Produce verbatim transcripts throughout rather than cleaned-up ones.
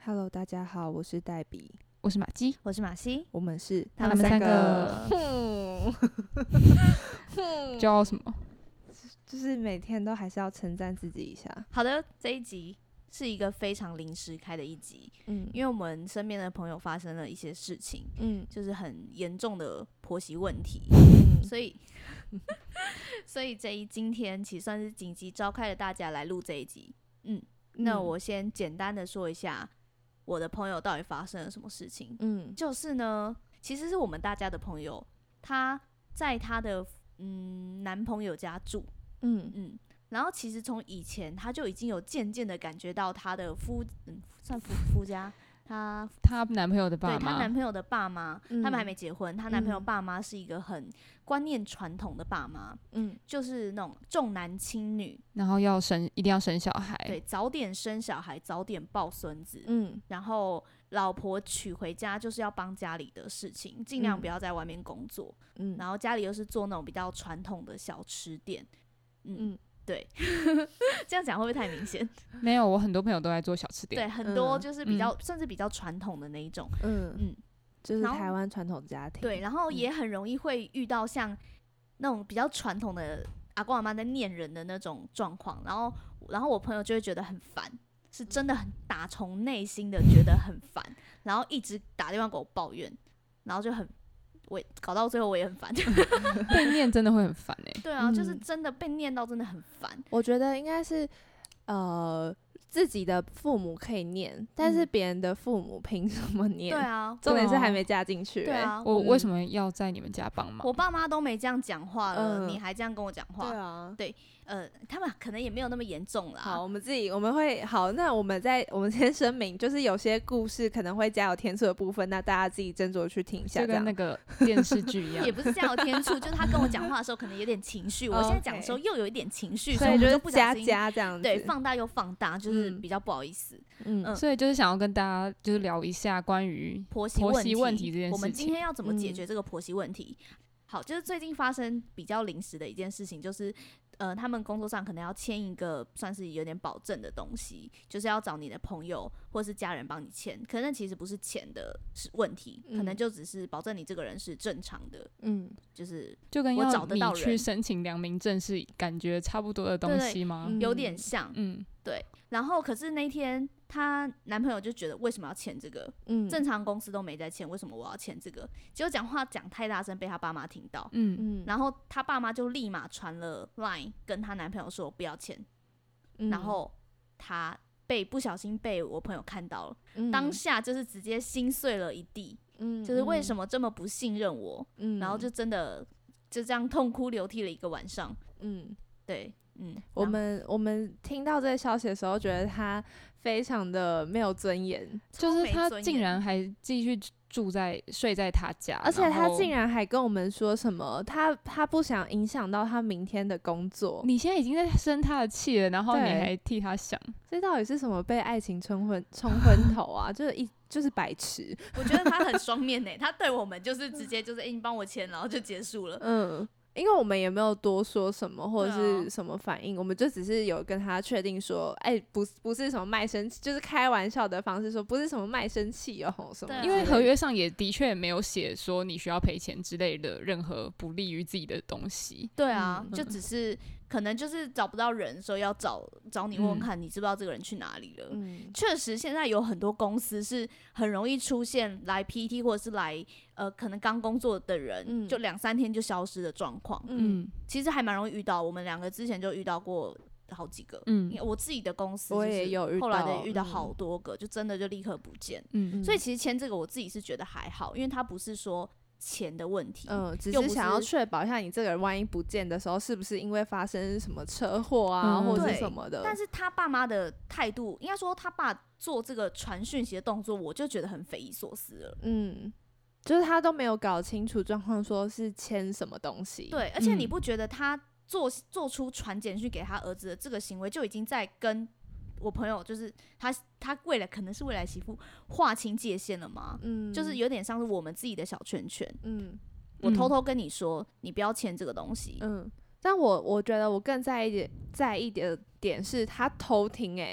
Hello， 大家好，我是黛比， 我是马基， 我是马西， 我们是他们三个。叫什么？ 就是每天都还是要称赞自己一下。 好的，这一集是一个非常临时开的一集，嗯，因为我们身边的朋友发生了一些事情，嗯，就是很严重的婆媳问题，嗯，所以所以这一今天其实算是紧急召开了大家来录这一集，嗯，那我先简单的说一下我的朋友到底发生了什么事情，嗯，就是呢，其实是我们大家的朋友，他在他的嗯男朋友家住。嗯嗯，然后其实从以前他就已经有渐渐的感觉到他的夫，嗯，算夫夫家，他他男朋友的爸妈， 对他男朋友的爸妈，嗯，他们还没结婚，他男朋友爸妈是一个很观念传统的爸妈，嗯，就是那种重男轻女， 然后要生一定要生小孩， 对，早点生小孩，早点抱孙子，嗯，然后老婆娶回家就是要帮家里的事情，尽量不要在外面工作，嗯，然后家里又是做那种比较传统的小吃店。嗯, 嗯，对，这样讲会不会太明显？ 没有，我很多朋友都在做小吃店， 对，很多就是比较、嗯、甚至比较传统的那一种， 嗯嗯，就是台湾传统家庭。 对，然后也很容易会遇到像那种比较传统的阿公阿妈在念人的那种状况，然后然后我朋友就会觉得很烦，是真的很打从内心的觉得很烦，然后一直打电话给我抱怨，然后就很。我搞到最后我也很烦， 被念真的会很烦哎、欸。 对啊、嗯，就是真的被念到真的很烦。 我觉得应该是，呃，自己的父母可以念，但是别人的父母凭什么念？ 对啊， 重点是还没嫁进去、欸。 对啊， 我为什么要在你们家帮忙？ 我爸妈都没这样讲话了、嗯，你还这样跟我讲话？ 对啊， 对。呃，他们可能也没有那么严重啦。 好，我们自己我们会好，那我们在我们先声明，就是有些故事可能会加有天醋的部分，那大家自己斟酌去听一下， 就跟那个电视剧一样。 也不是加有天醋，就是他跟我讲话的时候可能有点情绪，我现在讲的时候又有一点情绪， 所以就是加加这样子， 对，放大又放大，就是比较不好意思。 嗯，嗯所以就是想要跟大家就是聊一下关于婆媳婆媳问题这件事情。 我们今天要怎么解决这个婆媳问题？嗯、好，就是最近发生比较临时的一件事情，就是。呃，他们工作上可能要签一个算是有点保证的东西，就是要找你的朋友或是家人帮你签，可能其实不是钱的问题、嗯，可能就只是保证你这个人是正常的，嗯，就是就跟要你去申请良民证是感觉差不多的东西吗？ 对对，有点像，嗯，对。然后可是那天她男朋友就觉得为什么要签这个？嗯，正常公司都没在签，为什么我要签这个？结果讲话讲太大声，被他爸妈听到，嗯嗯，然后他爸妈就立马传了 Line 跟她男朋友说不要签、嗯，然后他被不小心被我朋友看到了、嗯，当下就是直接心碎了一地，嗯，就是为什么这么不信任我？嗯，然后就真的就这样痛哭流涕了一个晚上，嗯，对。嗯， 我们我们听到这个消息的时候，觉得他非常的没有尊严， 就是他竟然还继续住在睡在他家， 而且他竟然还跟我们说什么，他他不想影响到他明天的工作。 你现在已经在生他的气了，然后你还替他想， 这到底是什么被爱情冲昏冲昏头啊？就是一就是白痴。 我觉得他很双面呢、欸，他对我们就是直接就是哎、欸，你帮我签，然后就结束了。 嗯。因为我们也没有多说什么或者是什么反应、啊、我们就只是有跟他确定说哎、欸，不不是什么卖身契，就是开玩笑的方式说不是什么卖身契哦什么、啊、 因为合约上也的确没有写说你需要赔钱之类的任何不利于自己的东西。 对啊、嗯、就只是可能就是找不到人的时候要找找你问问看你知不知道这个人去哪里了。确、嗯、实现在有很多公司是很容易出现来 P T 或者是来呃可能刚工作的人、嗯、就两三天就消失的状况。嗯，其实还蛮容易遇到，我们两个之前就遇到过好几个。嗯，我自己的公司我也有遇到， 后来的遇到好多个、嗯、就真的就立刻不见。嗯，所以其实签这个我自己是觉得还好，因为它不是说钱的问题， 嗯，只是想要确保一下你这个人万一不见的时候，是不是因为发生什么车祸啊、嗯，或者是什么的。 但是他爸妈的态度，应该说他爸做这个传讯息的动作，我就觉得很匪夷所思了。 嗯，就是他都没有搞清楚状况，说是签什么东西。 对，而且你不觉得他做做出传简讯给他儿子的这个行为，就已经在跟我朋友就是他他未来可能是未来媳妇划清界限了吗？嗯，就是有点像是我们自己的小圈圈。嗯，我偷偷跟你说，嗯、你不要签这个东西。 嗯，但我我觉得我更在意点在意的点是他偷听、欸，哎，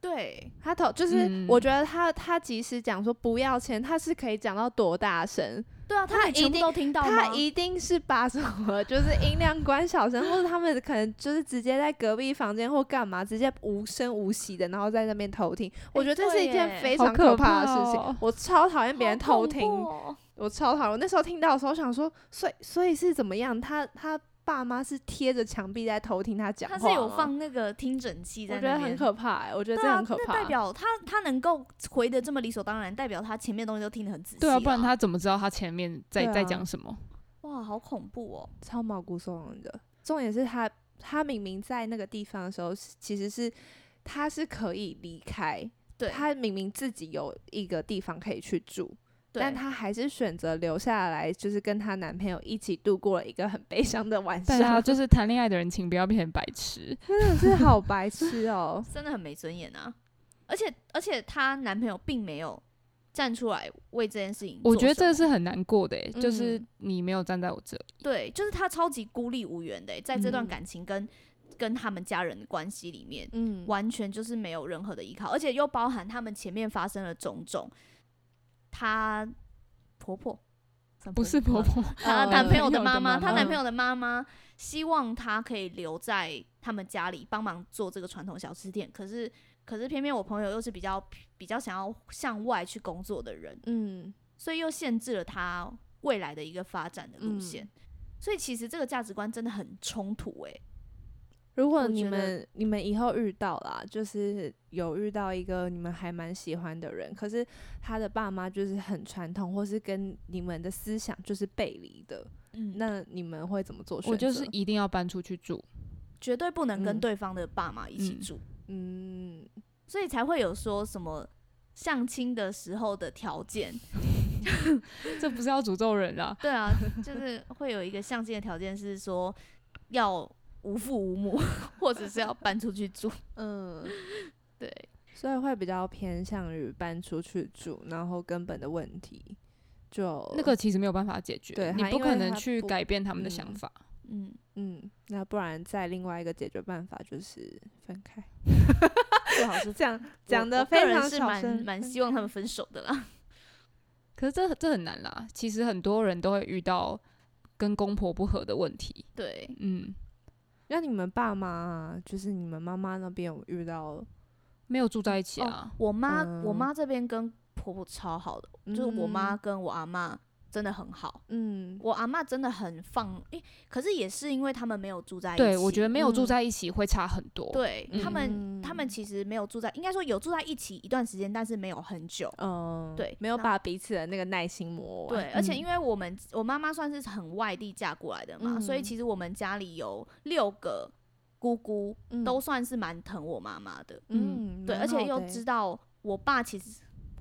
对， 他头就是，嗯、我觉得他他即使讲说不要钱，他是可以讲到多大声？ 对啊，他一定都听到吗？ 他一定是把什么就是音量关小声，或者他们可能就是直接在隔壁房间或干嘛，直接无声无息的，然后在那边偷听。我觉得这是一件非常可怕的事情。哦、我超讨厌别人偷听，哦、我超讨厌。我那时候听到的时候想说，所以所以是怎么样？他他。爸妈是贴着墙壁在偷听他讲话， 他是有放那个听诊器在那边， 我觉得很可怕、欸。我觉得这很可怕。 啊、那代表他他能够回得这么理所当然，代表他前面的东西都听得很仔细、啊。 对啊，不然他怎么知道他前面在、啊、在讲什么？ 哇，好恐怖哦， 超毛骨悚然的。重点是他他明明在那个地方的时候，其实是他是可以离开， 对， 他明明自己有一个地方可以去住。但她还是选择留下来，就是跟她男朋友一起度过了一个很悲伤的晚上。 对啊，就是谈恋爱的人，请不要变成白痴， 真的是好白痴哦， 真的很没尊严啊！而且而且她男朋友并没有站出来为这件事情做什么， 我觉得这是很难过的、欸嗯，就是你没有站在我这里。 对，就是他超级孤立无援的、欸，在这段感情跟、嗯、跟他们家人的关系里面，嗯，完全就是没有任何的依靠，而且又包含他们前面发生了种种。她婆婆不是婆婆， 她男朋友的妈妈，她男朋友的妈妈希望她可以留在他们家里帮忙做这个传统小吃店，可是可是偏偏我朋友又是比较比较想要向外去工作的人，嗯，所以又限制了她未来的一个发展的路线、嗯，所以其实这个价值观真的很冲突哎、欸。 如果你们你们以后遇到啦，就是有遇到一个你们还蛮喜欢的人，可是他的爸妈就是很传统，或是跟你们的思想就是背离的，嗯，那你们会怎么做选择？ 我就是一定要搬出去住， 绝对不能跟对方的爸妈一起住，嗯，嗯，所以才会有说什么相亲的时候的条件， 这不是要诅咒人啊？ 对啊，就是会有一个相亲的条件是说要无父无母，或者是要搬出去住。嗯，对， 所以会比较偏向于搬出去住，然后根本的问题就那个其实没有办法解决，对，你不可能去改变他们的想法。 嗯 嗯, 嗯，那不然再另外一个解决办法就是分开， 最好是这样讲的非常小声， 蛮希望他们分手的啦。 可是这这很难啦，其实很多人都会遇到跟公婆不合的问题。 对， 嗯。 那你们爸妈，就是你们妈妈那边有遇到没有住在一起啊？ 哦、我妈、嗯，我妈这边跟婆婆超好的，嗯、就是我妈跟我阿嬷真的很好。嗯，我阿嬷真的很放，诶、欸，可是也是因为他们没有住在一起。 对，我觉得没有住在一起会差很多。 嗯、对、嗯、他们，他们其实没有住在，应该说有住在一起一段时间，但是没有很久。嗯，对， 没有把彼此的那个耐心磨完。 对，而且因为我们我妈妈算是很外地嫁过来的嘛、嗯，所以其实我们家里有六个姑姑，嗯、都算是蛮疼我妈妈的。嗯，对，而且又知道我爸其实。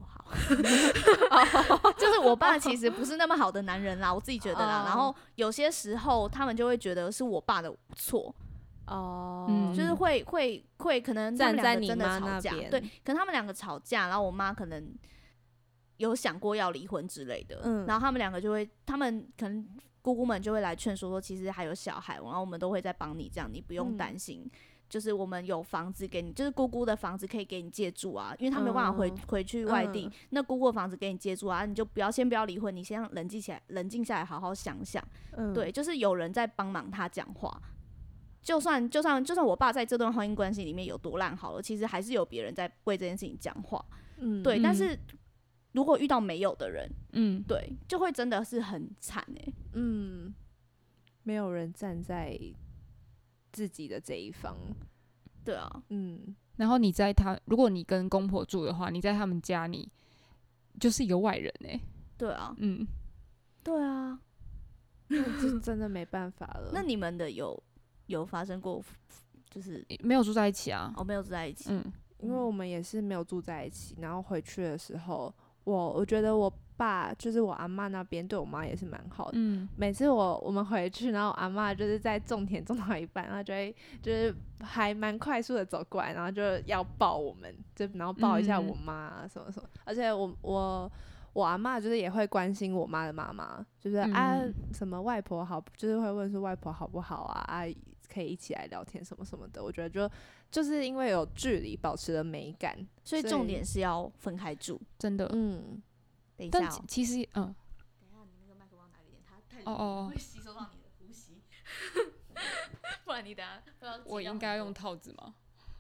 就是我爸其实不是那么好的男人啦，我自己觉得啦。Oh. 然后有些时候他们就会觉得是我爸的错，哦、oh. ，就是会会会可能他们两个真的吵架，对，可能他们两个吵架，然后我妈可能有想过要离婚之类的，嗯，然后他们两个就会，他们可能姑姑们就会来劝说说，其实还有小孩，然后我们都会在帮你，这样你不用担心。嗯，就是我们有房子给你，就是姑姑的房子可以给你借住啊，因为他没有办法回、嗯、回去外地、嗯，那姑姑的房子给你借住啊，你就不要先不要离婚，你先冷静起来，冷静下来，好好想想、嗯。对，就是有人在帮忙他讲话，就算就算就算我爸在这段婚姻关系里面有多烂好了，其实还是有别人在为这件事情讲话。嗯，对，但是如果遇到没有的人，嗯，对，就会真的是很惨哎、欸。 嗯，没有人站在自己的这一方， 对啊， 嗯，然后你在他，如果你跟公婆住的话，你在他们家，你就是一个外人哎、欸， 对啊，嗯，对啊， 这真的没办法了。 那你们的有有发生过，就是没有住在一起啊？ 哦，没有住在一起， 嗯，因为我们也是没有住在一起，然后回去的时候，我我觉得我爸就是我阿嬷那边对我妈也是蛮好的。嗯，每次我我们回去，然后阿嬷就是在种田种到一半，然后就会就是还蛮快速的走过来，然后就要抱我们，就然后抱一下我妈、啊、什么什么。而且我我我阿嬷就是也会关心我妈的妈妈，就是、嗯、啊什么外婆好，就是会问说外婆好不好啊，啊可以一起来聊天什么什么的。我觉得就就是因为有距离，保持了美感， 所以重点是要分开住， 真的。 嗯， 等一下、 哦，但其实嗯， 等一下你那个麦克风拿一点，它太哦哦会吸收到你的呼吸，不然你等下不知道。 我应该用套子吗？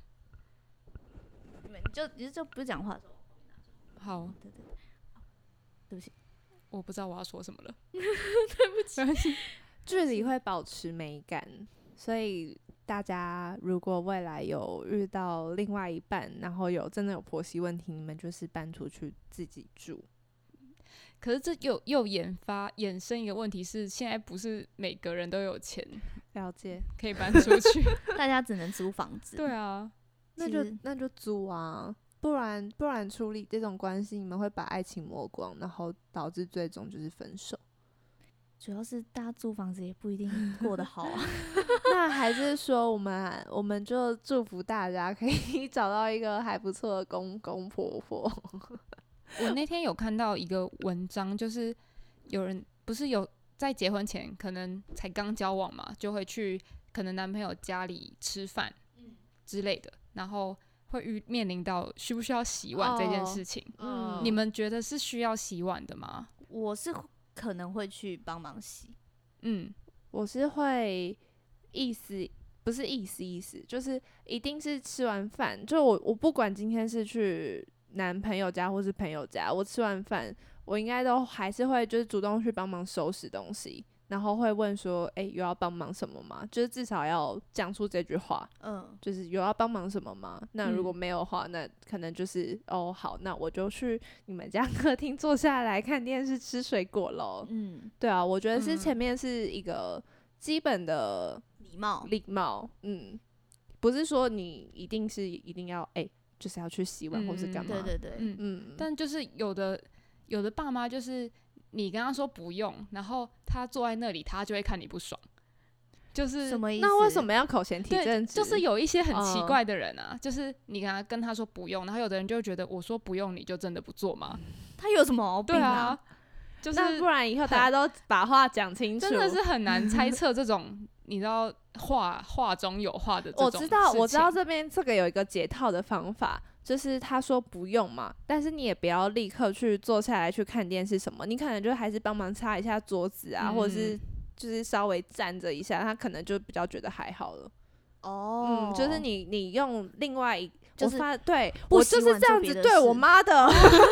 你就你就不讲话的时候。 好， 对对对，对不起， 我不知道我要说什么了。 对不起， 距离会保持美感，所以大家如果未来有遇到另外一半，然后有真的有婆媳问题，你们就是搬出去自己住。 可是这又又研发衍生一个问题是，现在不是每个人都有钱， 了解， 可以搬出去， 大家只能租房子。 对啊， 那就那就租啊。不然不然处理这种关系，你们会把爱情磨光，然后导致最终就是分手。 主要是大家租房子也不一定过得好啊。 那还是说我们我们就祝福大家可以找到一个还不错的公公婆婆。 我那天有看到一个文章，就是有人不是有在结婚前可能才刚交往嘛，就会去可能男朋友家里吃饭之类的，然后会遇面临到需不需要洗碗这件事情。 哦、 你们觉得是需要洗碗的吗？ 我是可能会去帮忙洗。 嗯， 我是会意思不是意思意思，就是一定是吃完饭，就我我不管今天是去男朋友家或是朋友家，我吃完饭我应该都还是会就是主动去帮忙收拾东西。然后会问说，哎、欸，有要帮忙什么吗？就是至少要讲出这句话，嗯，就是有要帮忙什么吗？那如果没有的话，嗯、那可能就是哦，好，那我就去你们家客厅坐下来看电视、吃水果咯。嗯，对啊，我觉得是前面是一个基本的礼貌， 礼貌，嗯，不是说你一定是一定要哎、欸，就是要去洗碗或是干嘛？ 对对对， 嗯嗯，但就是有的有的爸妈就是。你跟他说不用，然后他坐在那里，他就会看你不爽，就是什么意思？ 那为什么要口嫌体正直？ 就是有一些很奇怪的人啊，嗯、就是你跟他跟他说不用，然后有的人就会觉得我说不用，你就真的不做吗？ 他有什么毛病啊？ 对啊，就是那不然以后大家都把话讲清楚， 真的是很难猜测这种你知道话话中有话的这种事情。 我知道，我知道这边这个有一个解套的方法。就是他说不用嘛，但是你也不要立刻去坐下来去看电视什么，你可能就还是帮忙擦一下桌子啊，嗯、或者是就是稍微站着一下，他可能就比较觉得还好了。哦，嗯，就是你你用另外一，就是我发对我就是这样子对我妈的。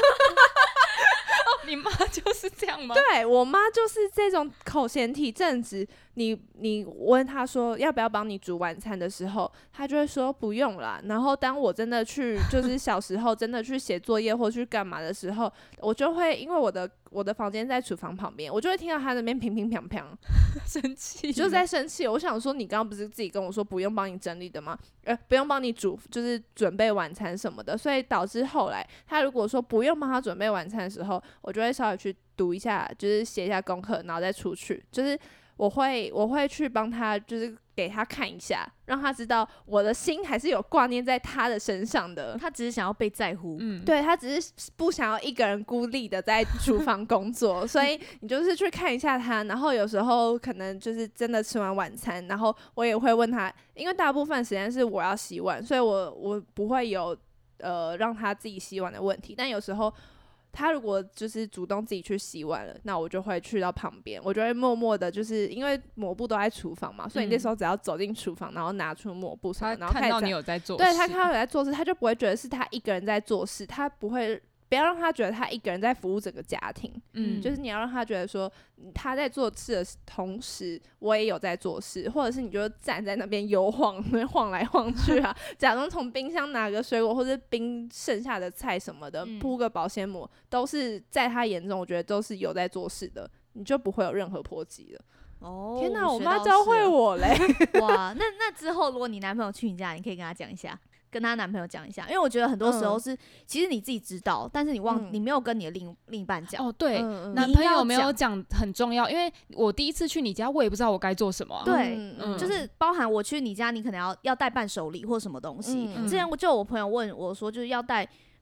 你妈就是这样吗？ 对，我妈就是这种口嫌体正直。你你问她说要不要帮你煮晚餐的时候，她就会说不用啦。然后当我真的去，就是小时候真的去写作业或去干嘛的时候，我就会因为我的我的房间在厨房旁边，我就会听到她那边乒乒乓乓， 生气， 就在生气。我想说，你刚刚不是自己跟我说不用帮你整理的吗？呃，不用帮你煮，就是准备晚餐什么的。所以导致后来，她如果说不用帮她准备晚餐的时候，我就会稍微去读一下，就是写一下功课，然后再出去，就是。我会我会去帮他，就是给他看一下，让他知道我的心还是有挂念在他的身上的。 他只是想要被在乎， 嗯，对，他只是不想要一个人孤立的在厨房工作，所以你就是去看一下他。然后有时候可能就是真的吃完晚餐，然后我也会问他，因为大部分时间是我要洗碗，所以我我不会有呃让他自己洗碗的问题，但有时候。他如果就是主动自己去洗碗了，那我就会去到旁边，我就会默默的，就是因为抹布都在厨房嘛，所以你那时候只要走进厨房，然后拿出抹布什么，然后看到你有在做事， 对他看到有在做事，他就不会觉得是他一个人在做事，他不会。不要让他觉得他一个人在服务整个家庭，嗯，就是你要让他觉得说他在做事的同时，我也有在做事，或者是你就站在那边游晃，那边晃来晃去啊，假装从冰箱拿个水果或者冰剩下的菜什么的，铺个保鲜膜，都是在他眼中，我觉得都是有在做事的，你就不会有任何波及了。 哦， 天哪，我妈教会我嘞！ 哇，那那之后如果你男朋友去你家，你可以跟他讲一下。跟她男朋友讲一下，因为我觉得很多时候是，嗯、其实你自己知道，但是你忘，嗯、你没有跟你的另另一半讲。 哦，对，嗯、男朋友没有讲很重要，因为我第一次去你家，我也不知道我该做什么、啊。 对，嗯嗯、就是包含我去你家，你可能要要带伴手礼或什么东西。嗯、之前我就有我朋友问我说，就是要带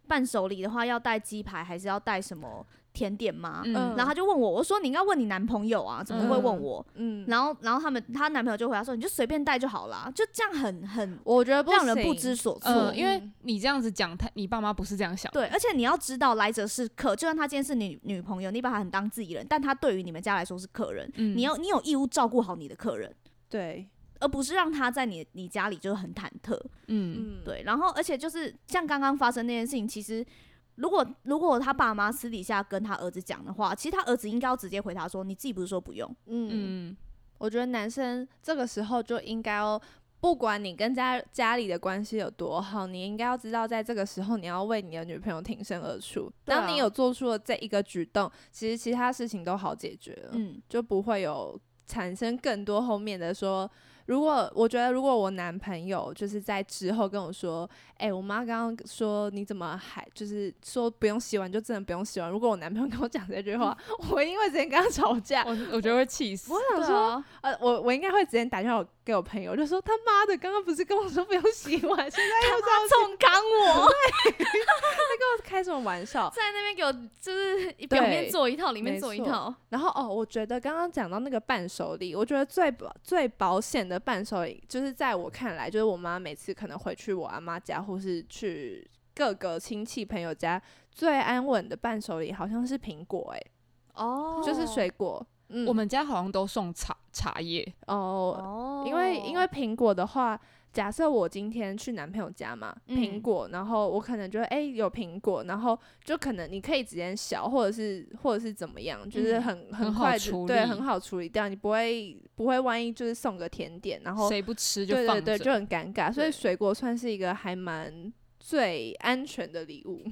伴手礼的话要带鸡排还是要带什么甜点吗？ 嗯、 然后他就问我，我说你应该问你男朋友啊，怎么会问我？嗯，然后然后他们她男朋友就回答说，你就随便带就好啦，就这样很很， 我觉得让人不知所措、 呃，因为你这样子讲，他你爸妈不是这样想的。 对，而且你要知道来者是客，就算他今天是你女朋友，你把他很当自己人，但他对于你们家来说是客人，嗯、你要你有义务照顾好你的客人， 对， 而不是让他在你你家里就很忐忑，嗯，对，然后而且就是像刚刚发生那件事情，其实。如果如果他爸妈私底下跟他儿子讲的话，其实他儿子应该要直接回答说：“你自己不是说不用？” 嗯，我觉得男生这个时候就应该要，不管你跟家家里的关系有多好，你应该要知道，在这个时候你要为你的女朋友挺身而出。当你有做出了这一个举动，其实其他事情都好解决了，嗯，就不会有产生更多后面的说。如果我觉得，如果我男朋友就是在之后跟我说，哎、欸，我妈刚刚说你怎么还就是说不用洗碗，就真的不用洗碗。如果我男朋友跟我讲这句话，嗯、我一定会直接跟他吵架。 我我觉得会气死。 我想说，啊、呃，我我应该会直接打电话给我朋友，就说他妈的，刚刚不是跟我说不用洗碗，现在又知道冲刚我， 对，他跟我开什么玩笑， 在那边给我就是表面做一套，里面做一套。 然后哦，我觉得刚刚讲到那个伴手礼，我觉得最最保险的伴手礼，就是在我看来，就是我妈每次可能回去我阿妈家，或是去各个亲戚朋友家，最安稳的伴手礼好像是苹果、欸，哎，哦，就是水果。 嗯，我们家好像都送茶茶叶哦，哦因为因为苹果的话，假设我今天去男朋友家嘛，苹、嗯、果，然后我可能觉得哎、欸、有苹果，然后就可能你可以直接削，或者是或者是怎么样，就是很、嗯、很快就对很好处理掉，你不会不会万一就是送个甜点，然后谁不吃就放着， 对对对，就很尴尬，所以水果算是一个还蛮最安全的礼物。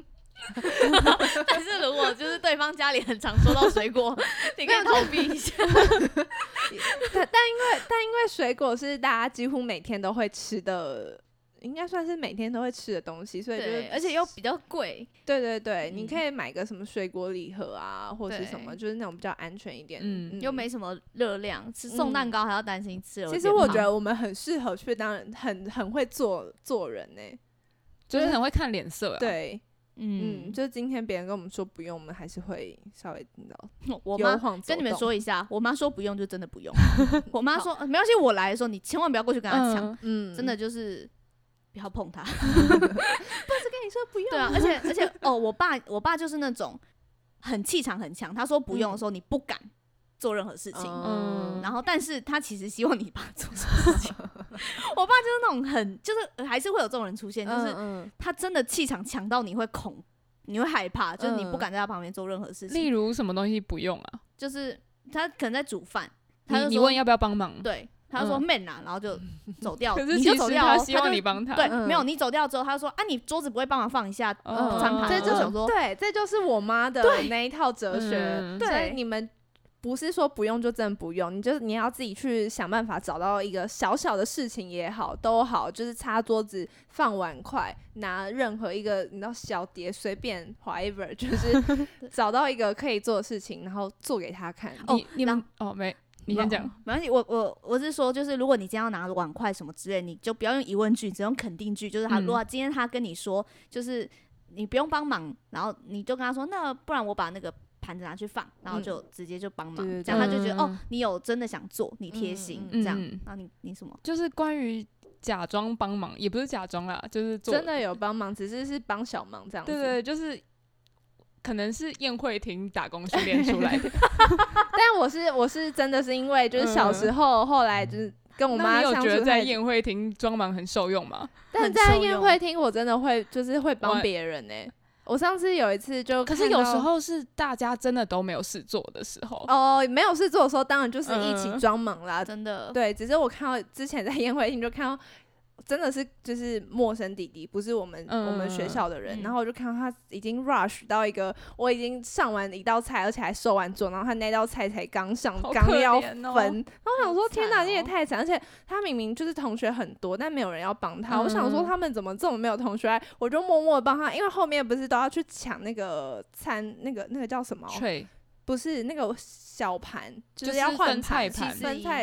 但是如果就是对方家里很常收到水果，你可以逃避一下。 但但因为但因为水果是大家几乎每天都会吃的，应该算是每天都会吃的东西，所以就是而且又比较贵。 对对对、嗯，你可以买个什么水果礼盒啊，或是什么，就是那种比较安全一点，嗯， 嗯又没什么热量，吃送蛋糕还要担心吃了、嗯。 其实我觉得我们很适合去当人，很很会做做人呢、欸， 就是很会看脸色、啊。 对。嗯, 嗯，就是今天别人跟我们说不用，我们还是会稍微你知道。 我妈跟你们说一下，我妈说不用就真的不用。我妈说、呃、没关系，我来的时候你千万不要过去跟她抢，嗯，真的就是不要碰她。不是跟你说不用。 对啊，而且而且哦，我爸我爸就是那种很气场很强，他说不用的时候你不敢做任何事情，嗯，然后但是他其实希望你爸做什么事情。我爸就是那种很，就是还是会有这种人出现，就是他真的气场强到你会恐，你会害怕，就是你不敢在他旁边做任何事情。 例如什么东西不用啊？ 就是他可能在煮饭，他就说你问要不要帮忙， 对，他说 man 啊，然后就走掉， 可是你就走掉、哦， 他希望你帮他， 对、嗯，没有你走掉之后，他就说啊，你桌子不会帮忙放一下餐盘， 这就想说对，这就是我妈的那一套哲学， 嗯、 所以你们。不是说不用就真的不用，你就你要自己去想办法找到一个小小的事情也好，都好，就是擦桌子、放碗筷、拿任何一个你知道小碟随便 whatever， 就是找到一个可以做的事情，然后做给他看。 哦，你你们哦没，你先讲， 没关系。我我我是说，就是如果你今天要拿碗筷什么之类，你就不要用疑问句，只用肯定句。就是他、嗯、如果今天他跟你说，就是你不用帮忙，然后你就跟他说，那不然我把那个。盘子拿去放，然后就直接就帮忙、嗯，这样他就觉得、嗯、哦，你有真的想做，你贴心、嗯、这样。然后你你什么？ 就是关于假装帮忙，也不是假装啦，就是做真的有帮忙，只是是帮小忙这样子。 对对，就是可能是宴会厅打工训练出来的。 但我是我是真的是因为就是小时候、嗯、后来就是跟我妈相处， 那你有觉得在宴会厅装忙很受用吗？ 但在宴会厅我真的会就是会帮别人呢、欸。我上次有一次就可是有时候是大家真的都没有事做的时候哦，没有事做的时候当然就是一起装忙啦、 嗯，真的对。只是我看到之前在宴会厅就看到真的是就是陌生弟弟，不是我们、嗯、我们学校的人、嗯，然后我就看到他已经 rush 到一个我已经上完一道菜，而且还收完桌，然后他那道菜才刚上，刚、哦、要分，然后我想说天哪，你也太惨！而且他明明就是同学很多，但没有人要帮他、嗯。我想说他们怎么这么没有同学爱？我就默默的帮他，因为后面不是都要去抢那个餐，那个那个叫什么？ Tray， 不是那个小盘，就是要换菜盘， 分菜。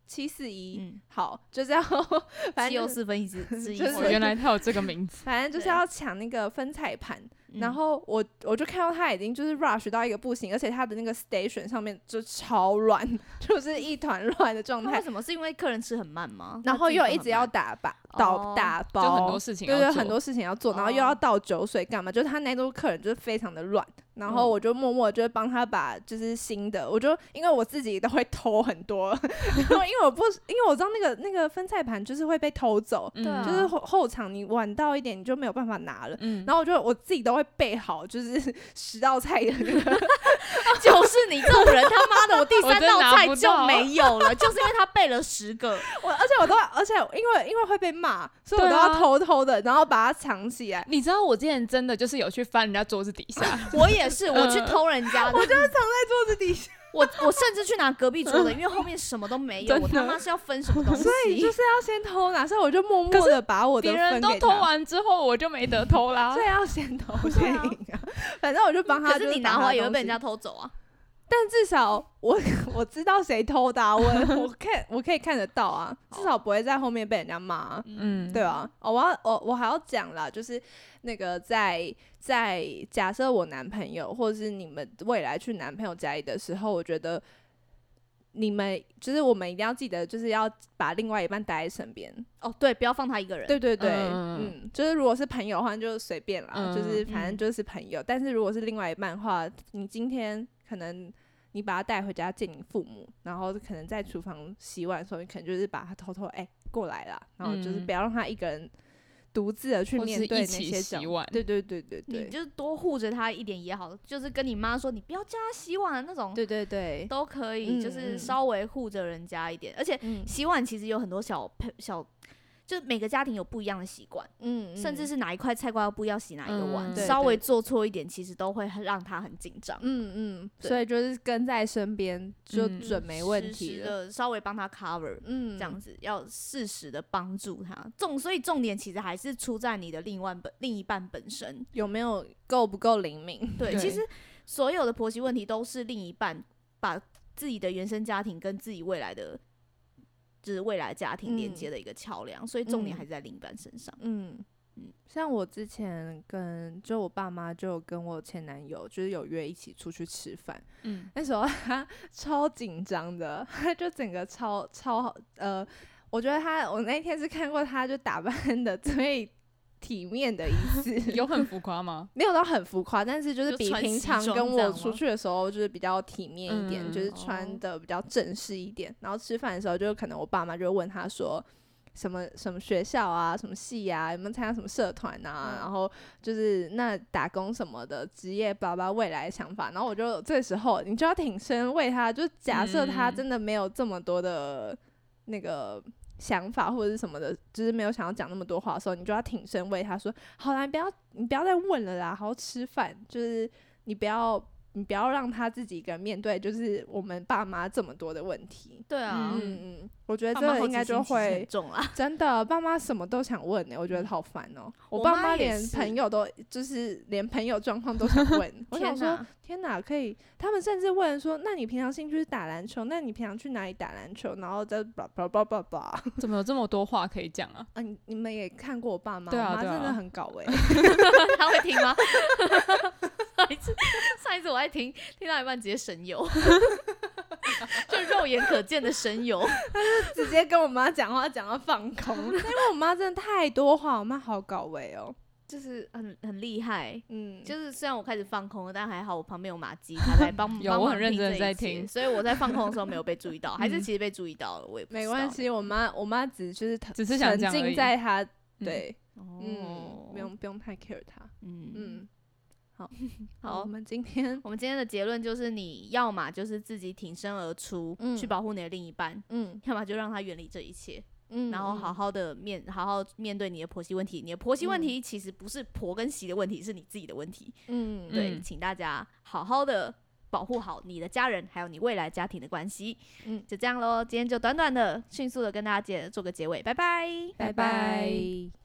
七四一，好，就是要反正七又四分之一， 就是原来他有这个名字， 反正就是要抢那个分彩盘。然后我我就看到他已经就是 rush 到一个不行，而且他的那个 station 上面就超乱，就是一团乱的状态。 为什么？是因为客人吃很慢吗？ 然后又一直要打包、倒打包， 就很多事情要做，对对，很多事情要做，然后又要倒酒水干嘛？就是他那桌客人就是非常的乱。然后我就默默就帮他把就是新的，我就因为我自己都会偷很多，然后因为我不因为我知道那个那个分菜盘就是会被偷走， 嗯、 就是后后场你晚到一点你就没有办法拿了，嗯、然后我就我自己都会备好就是十道菜的那个， 就是你这种人他妈的我第三道菜就没有了，就是因为他备了十个， 我而且我都而且因为因为会被骂，所以我都要偷偷的，然后把它藏起来。 你知道我之前真的就是有去翻人家桌子底下， 我也。也是，我去偷人家的， 我就是藏在桌子底下。 我我甚至去拿隔壁桌的，因为后面什么都没有，我他妈是要分什么东西？ 所以就是要先偷拿，所以我就默默的把我的分给他。 别人都偷完之后，我就没得偷啦。 所以要先偷先赢啊！反正我就帮他。 可是你拿回来也会被人家偷走啊。 但至少我我知道谁偷的、啊，我我看我可以看得到啊，至少不会在后面被人家骂、啊，嗯，对吧、啊？哦，我要我我还要讲啦，就是那个在在假设我男朋友或者是你们未来去男朋友家里的时候，我觉得你们就是我们一定要记得，就是要把另外一半带在身边。 哦，对，不要放他一个人。 对对对，嗯，嗯就是如果是朋友的话，就随便啦，嗯、就是反正就是朋友。嗯、但是如果是另外一半的话，你今天可能你把他带回家见你父母，然后可能在厨房洗碗的时候，你可能就是把他偷偷哎、欸、过来啦，然后就是不要让他一个人独自的去面对那些洗碗。 对对对对对， 你就是多护着他一点也好，就是跟你妈说你不要叫他洗碗的那种， 对对对， 都可以，嗯、就是稍微护着人家一点。而且洗碗其实有很多小小。就每个家庭有不一样的习惯，嗯，甚至是哪一块菜瓜布要洗哪一个碗，嗯、稍微做错一点，其实都会让他很紧张， 嗯嗯，所以就是跟在身边就准没问题了， 嗯、时时的稍微帮他 cover， 嗯，这样子要适时的帮助他。重所以重点其实还是出在你的另外本另一半本身有没有够不够灵敏。 对，对其实所有的婆媳问题都是另一半把自己的原生家庭跟自己未来的。就是未来家庭连接的一个桥梁，嗯、所以重点还是在另一半身上。嗯嗯，像我之前跟就我爸妈就跟我前男友就是有约一起出去吃饭，嗯，那时候他超紧张的，他就整个超超呃，我觉得他我那天是看过他就打扮的最体面的一次。 有很浮夸吗？ 没有到很浮夸，但是就是比平常跟我出去的时候就是比较体面一点，就是穿的比较正式一点。然后吃饭的时候，就可能我爸妈就会问他说什么什么学校啊，什么系啊，有没有参加什么社团啊，嗯、然后就是那打工什么的职业，爸爸未来的想法。然后我就这时候你就要挺身为他，就假设他真的没有这么多的那个。想法或者是什么的，就是没有想要讲那么多话的时候，你就要挺身为他说，好啦，你不要你不要再问了啦，好好吃饭，就是你不要你不要让他自己一个人面对，就是我们爸妈这么多的问题。 对啊， 嗯嗯，我觉得这个应该就会重啦。 真的，爸妈什么都想问呢、欸，我觉得好烦哦、喔。我爸妈连朋友都就是连朋友状况都想问，我想说天哪，可以，他们甚至问说，那你平常兴趣是打篮球？那你平常去哪里打篮球？然后再叭叭叭叭叭， 怎么有这么多话可以讲啊？ 啊，你你们也看过我爸妈， 对啊， 我妈真的很搞哎、欸， 他会听吗？上一次上一次我在听，听到一半直接神游，就肉眼可见的神游， 他就直接跟我妈讲话讲到放空，因为我妈真的太多话，我妈好搞味哦、喔。 就是很很厉害，嗯，就是虽然我开始放空了，但还好我旁边有马基，他在帮有我很认真的在听， 所以我在放空的时候没有被注意到，还是其实被注意到了，我也不知道没关系，我妈我妈只就是只是想沉浸在她对， 嗯， 嗯不用不用太 care 她，嗯嗯，好好， 我们今天我们今天的结论就是你要嘛就是自己挺身而出，嗯、去保护你的另一半，嗯，要么就让他远离这一切。嗯，然后好好的面，好好面对你的婆媳问题。你的婆媳问题其实不是婆跟媳的问题，是你自己的问题。嗯，对，嗯、请大家好好的保护好你的家人，还有你未来家庭的关系。嗯，就这样咯，今天就短短的、迅速的跟大家结做个结尾，拜拜， 拜拜。